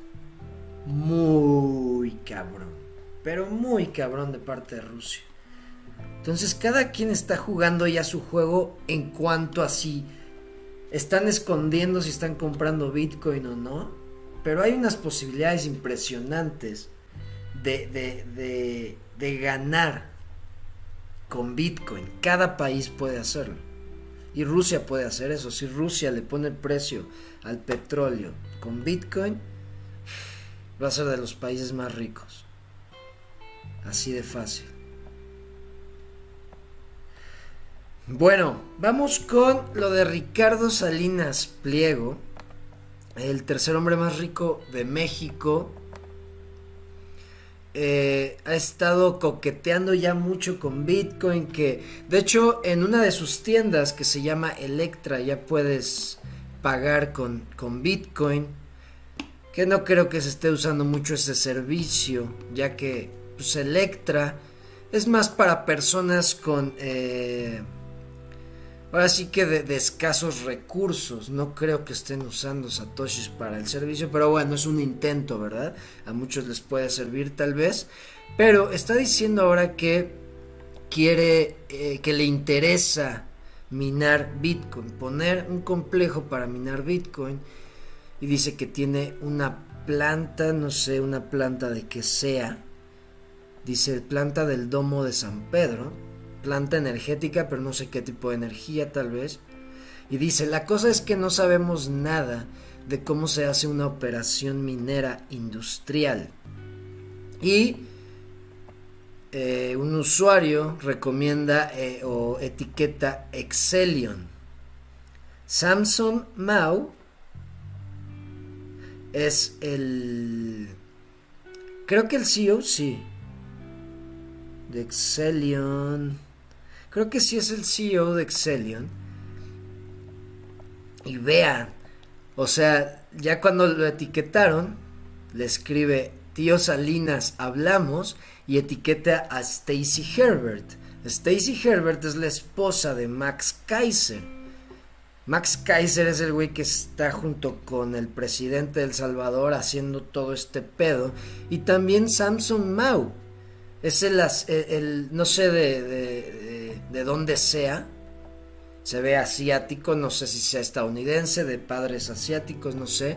Speaker 1: muy cabrón, pero muy cabrón de parte de Rusia. Entonces cada quien está jugando ya su juego en cuanto a si están escondiendo si están comprando Bitcoin o no, pero hay unas posibilidades impresionantes de, de, de, de ganar con Bitcoin. Cada país puede hacerlo y Rusia puede hacer eso. Si Rusia le pone precio al petróleo con Bitcoin, va a ser de los países más ricos, así de fácil. Bueno, vamos con lo de Ricardo Salinas Pliego, el tercer hombre más rico de México. Eh, ha estado coqueteando ya mucho con Bitcoin, que de hecho en una de sus tiendas que se llama Electra ya puedes pagar con, con Bitcoin, que no creo que se esté usando mucho ese servicio, ya que pues, Electra es más para personas con... Eh, ahora sí que de, de escasos recursos. No creo que estén usando satoshis para el servicio, pero bueno, es un intento, ¿verdad? A muchos les puede servir tal vez, pero está diciendo ahora que quiere, eh, que le interesa minar Bitcoin, poner un complejo para minar Bitcoin, y dice que tiene una planta, no sé, una planta de que sea, dice planta del Domo de San Pedro, planta energética, pero no sé qué tipo de energía tal vez. Y dice, la cosa es que no sabemos nada de cómo se hace una operación minera industrial. Y eh, un usuario recomienda eh, o etiqueta Exelion. Samson Mow es el... creo que el C E O, sí. De Exelion... creo que sí es el C E O de Exelion. Y vean, o sea, ya cuando lo etiquetaron, le escribe tío Salinas, hablamos, y etiqueta a Stacy Herbert. Stacy Herbert es la esposa de Max Kaiser. Max Kaiser es el güey que está junto con el presidente de El Salvador haciendo todo este pedo. Y también Samson Mow. Es el, el, el no sé de, de, de, de dónde sea, se ve asiático, no sé si sea estadounidense, de padres asiáticos, no sé,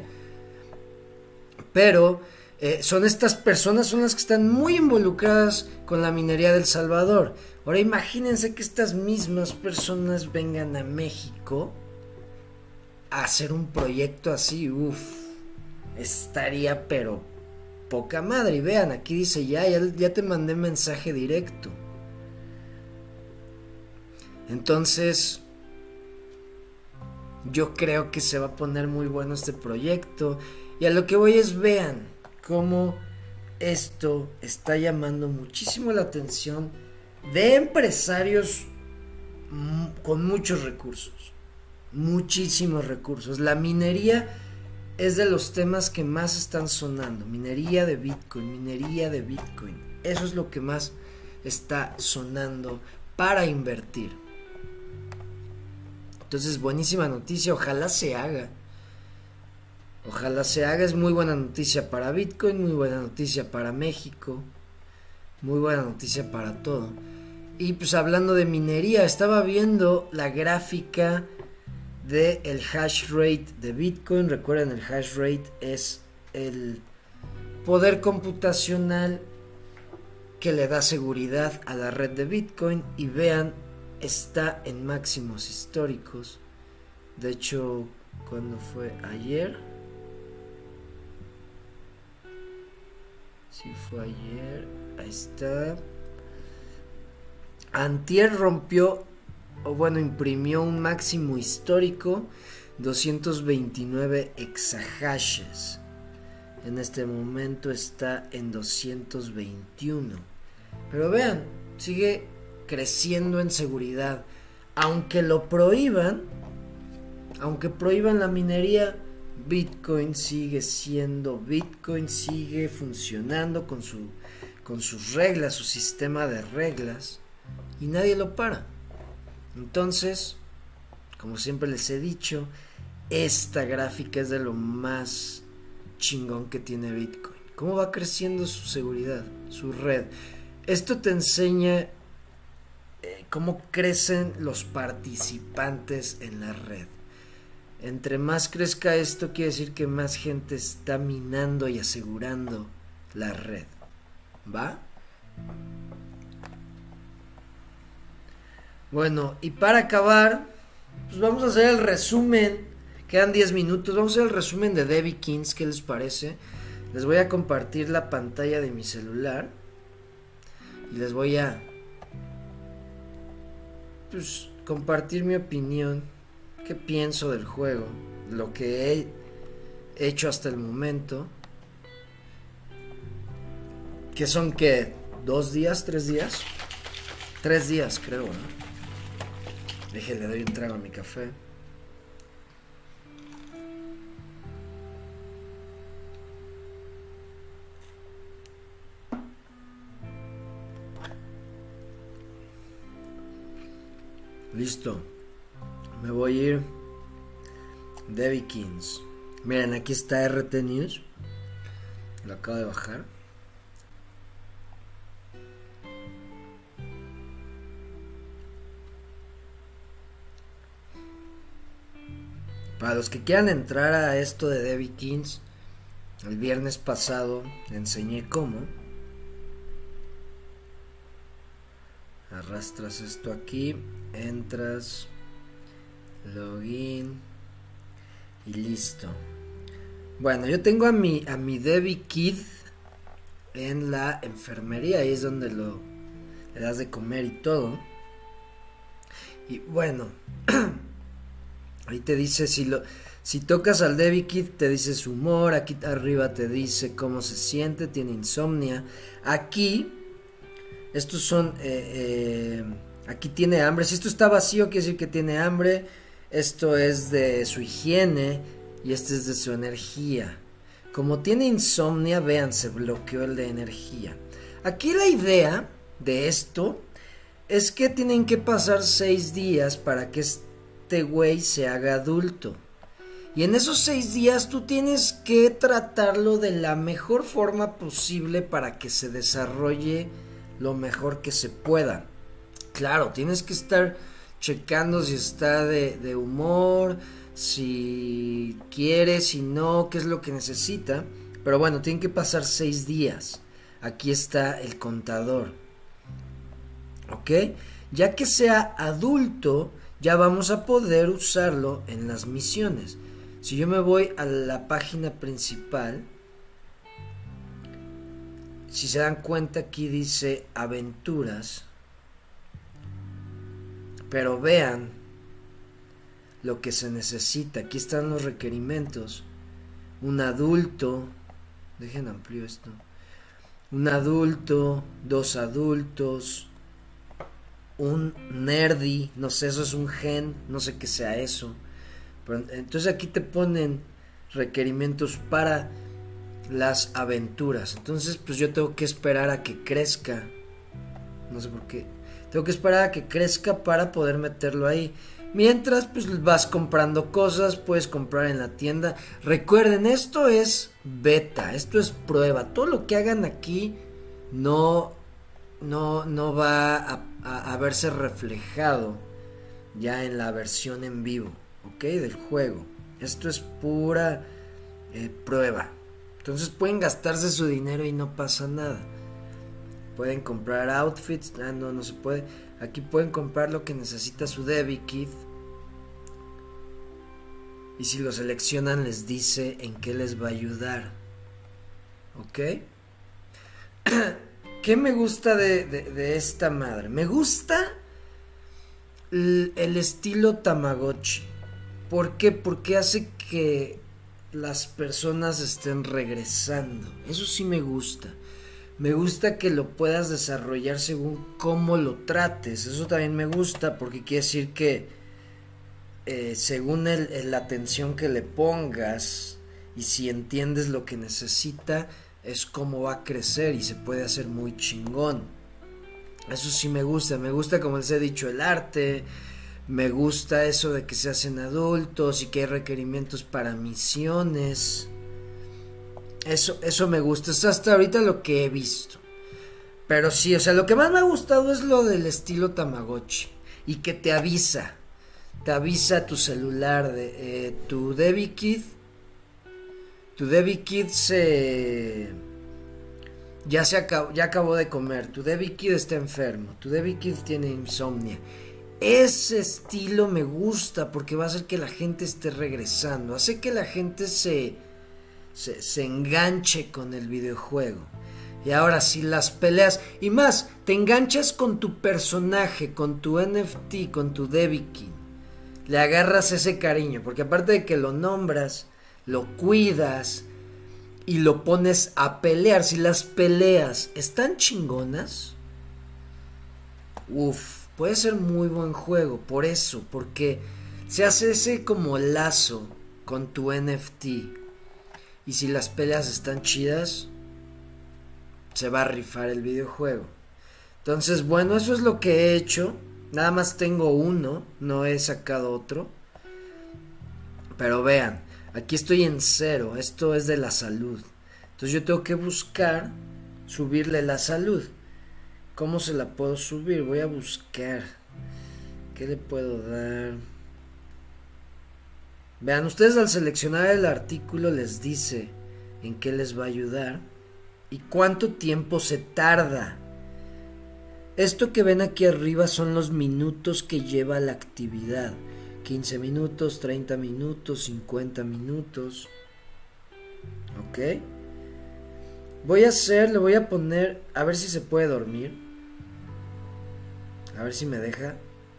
Speaker 1: pero eh, son estas personas, son las que están muy involucradas con la minería del Salvador. Ahora imagínense que estas mismas personas vengan a México a hacer un proyecto así, uff, estaría pero... poca madre. Y vean, aquí dice ya, ya, ya te mandé mensaje directo. Entonces, yo creo que se va a poner muy bueno este proyecto. Y a lo que voy es, vean cómo esto está llamando muchísimo la atención de empresarios con muchos recursos. Muchísimos recursos. La minería es de los temas que más están sonando. Minería de Bitcoin, minería de Bitcoin. Eso es lo que más está sonando para invertir. Entonces, buenísima noticia. Ojalá se haga. Ojalá se haga. Es muy buena noticia para Bitcoin, muy buena noticia para México, muy buena noticia para todo. Y pues hablando de minería, estaba viendo la gráfica de el hash rate de Bitcoin. Recuerden, el hash rate es el poder computacional que le da seguridad a la red de Bitcoin. Y vean, está en máximos históricos. De hecho, ¿cuándo fue? Ayer. Sí, fue ayer. Ahí está. Antier rompió, o bueno, imprimió un máximo histórico, doscientos veintinueve exahashes. En este momento está en doscientos veintiuno. Pero vean, sigue creciendo en seguridad. Aunque lo prohíban, aunque prohíban la minería, Bitcoin sigue siendo Bitcoin, sigue funcionando con su, con sus reglas, su sistema de reglas, y nadie lo para. Entonces, como siempre les he dicho, esta gráfica es de lo más chingón que tiene Bitcoin. Cómo va creciendo su seguridad, su red. Esto te enseña eh, cómo crecen los participantes en la red. Entre más crezca esto, quiere decir que más gente está minando y asegurando la red. ¿Va? Bueno, y para acabar, pues vamos a hacer el resumen. Quedan diez minutos. Vamos a hacer el resumen de Devikins. ¿Qué les parece? Les voy a compartir la pantalla de mi celular. Y les voy a pues, compartir mi opinión. ¿Qué pienso del juego? Lo que he hecho hasta el momento. Que son que dos días, tres días. Tres días creo, ¿no? Déjenle, doy un trago a mi café. Listo. Me voy a ir. Devikins. Miren, aquí está R T News. Lo acabo de bajar. Para los que quieran entrar a esto de Devikins, el viernes pasado enseñé cómo. Arrastras esto aquí, entras, login y listo. Bueno, yo tengo a mi a mi Devikid en la enfermería, ahí es donde lo le das de comer y todo. Y bueno, ahí te dice si lo si tocas al Devikid te dice su humor, aquí arriba te dice cómo se siente, tiene insomnia. Aquí estos son eh, eh, aquí tiene hambre. Si esto está vacío quiere decir que tiene hambre. Esto es de su higiene y este es de su energía. Como tiene insomnia, vean, se bloqueó el de energía. Aquí la idea de esto es que tienen que pasar seis días para que este güey se haga adulto. Y en esos seis días tú tienes que tratarlo de la mejor forma posible para que se desarrolle lo mejor que se pueda. Claro, tienes que estar checando si está de, de humor, si quiere, si no, qué es lo que necesita. Pero bueno, tienen que pasar seis días. Aquí está el contador. ¿Ok? Ya que sea adulto, ya vamos a poder usarlo en las misiones. Si yo me voy a la página principal, si se dan cuenta aquí dice aventuras. Pero vean lo que se necesita. Aquí están los requerimientos. Un adulto. Dejen amplio esto. Un adulto. Dos adultos. Un nerdy. No sé, eso es un gen. No sé qué sea eso. Pero, entonces aquí te ponen requerimientos para las aventuras. Entonces pues yo tengo que esperar a que crezca. No sé por qué. Tengo que esperar a que crezca para poder meterlo ahí. Mientras pues vas comprando cosas, puedes comprar en la tienda. Recuerden, esto es beta, esto es prueba. Todo lo que hagan aquí no, no, no va a, a, a verse reflejado ya en la versión en vivo, ¿ok? Del juego. Esto es pura eh, prueba. Entonces pueden gastarse su dinero y no pasa nada. Pueden comprar outfits. Ah, no, no se puede. Aquí pueden comprar lo que necesita su DebiKit. Y si lo seleccionan les dice en qué les va a ayudar. ¿Ok? ¿Qué me gusta de, de, de esta madre? Me gusta el, el estilo Tamagotchi. ¿Por qué? Porque hace que las personas estén regresando. Eso sí me gusta. Me gusta que lo puedas desarrollar según cómo lo trates. Eso también me gusta porque quiere decir que eh, según el, el, la atención que le pongas y si entiendes lo que necesita, es como va a crecer y se puede hacer muy chingón. Eso sí me gusta. Me gusta, como les he dicho, el arte. Me gusta eso de que se hacen adultos y que hay requerimientos para misiones. Eso, eso me gusta. Es hasta ahorita lo que he visto. Pero sí, o sea, lo que más me ha gustado es lo del estilo Tamagotchi. Y que te avisa. Te avisa tu celular de eh, tu DebiKit. Tu DebiKit se... Ya se acabó, ya acabó de comer. Tu DebiKit está enfermo. Tu DebiKit tiene insomnia. Ese estilo me gusta porque va a hacer que la gente esté regresando. Hace que la gente se, se, se enganche con el videojuego. Y ahora si las peleas y más, te enganchas con tu personaje, con tu N F T, con tu DebiKit. Le agarras ese cariño, porque aparte de que lo nombras, lo cuidas y lo pones a pelear. Si las peleas están chingonas, uff, puede ser muy buen juego. Por eso, porque se hace ese como lazo con tu N F T. Y si las peleas están chidas, se va a rifar el videojuego. Entonces, bueno, eso es lo que he hecho. Nada más tengo uno, no he sacado otro. Pero vean, aquí estoy en cero. Esto es de la salud. Entonces yo tengo que buscar subirle la salud. ¿Cómo se la puedo subir? Voy a buscar. ¿Qué le puedo dar? Vean, ustedes al seleccionar el artículo les dice en qué les va a ayudar y cuánto tiempo se tarda. Esto que ven aquí arriba son los minutos que lleva la actividad. quince minutos, treinta minutos, cincuenta minutos. Ok. Voy a hacer, le voy a poner, a ver si se puede dormir. A ver si me deja.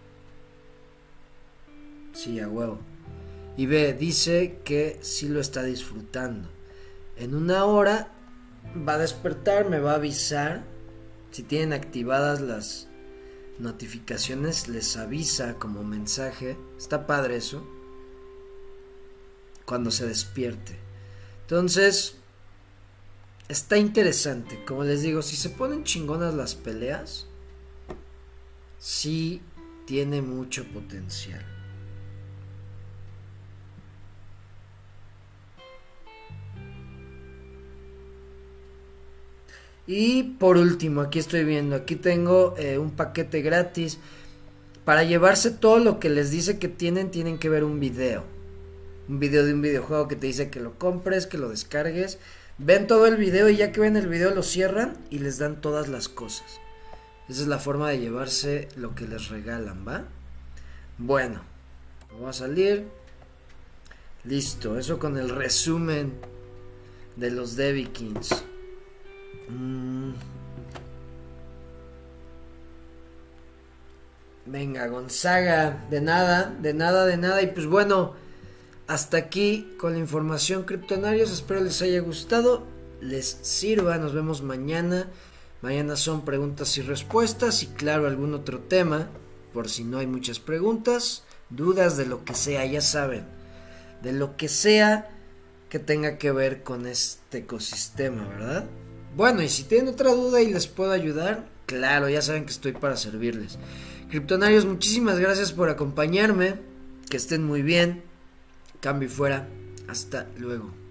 Speaker 1: Sí, a huevo. Y ve, dice que sí lo está disfrutando. En una hora va a despertar, me va a avisar. Si tienen activadas las notificaciones, les avisa como mensaje. Está padre eso. Cuando se despierte. Entonces, está interesante. Como les digo, si se ponen chingonas las peleas, sí tiene mucho potencial. Y por último, aquí estoy viendo, aquí tengo eh, un paquete gratis. Para llevarse todo lo que les dice que tienen, tienen que ver un video. Un video de un videojuego que te dice que lo compres, que lo descargues. Ven todo el video y ya que ven el video lo cierran y les dan todas las cosas. Esa es la forma de llevarse lo que les regalan, ¿va? Bueno, voy a salir. Listo, eso con el resumen de los DebiKits. Mm. Venga, Gonzaga, de nada, de nada, de nada. Y pues bueno, hasta aquí con la información, criptonarios. Espero les haya gustado, les sirva. Nos vemos mañana. Mañana son preguntas y respuestas y claro, algún otro tema, por si no hay muchas preguntas, dudas, de lo que sea, ya saben, de lo que sea que tenga que ver con este ecosistema, ¿verdad? Bueno, y si tienen otra duda y les puedo ayudar, claro, ya saben que estoy para servirles. Criptonarios, muchísimas gracias por acompañarme. Que estén muy bien. Cambio y fuera. Hasta luego.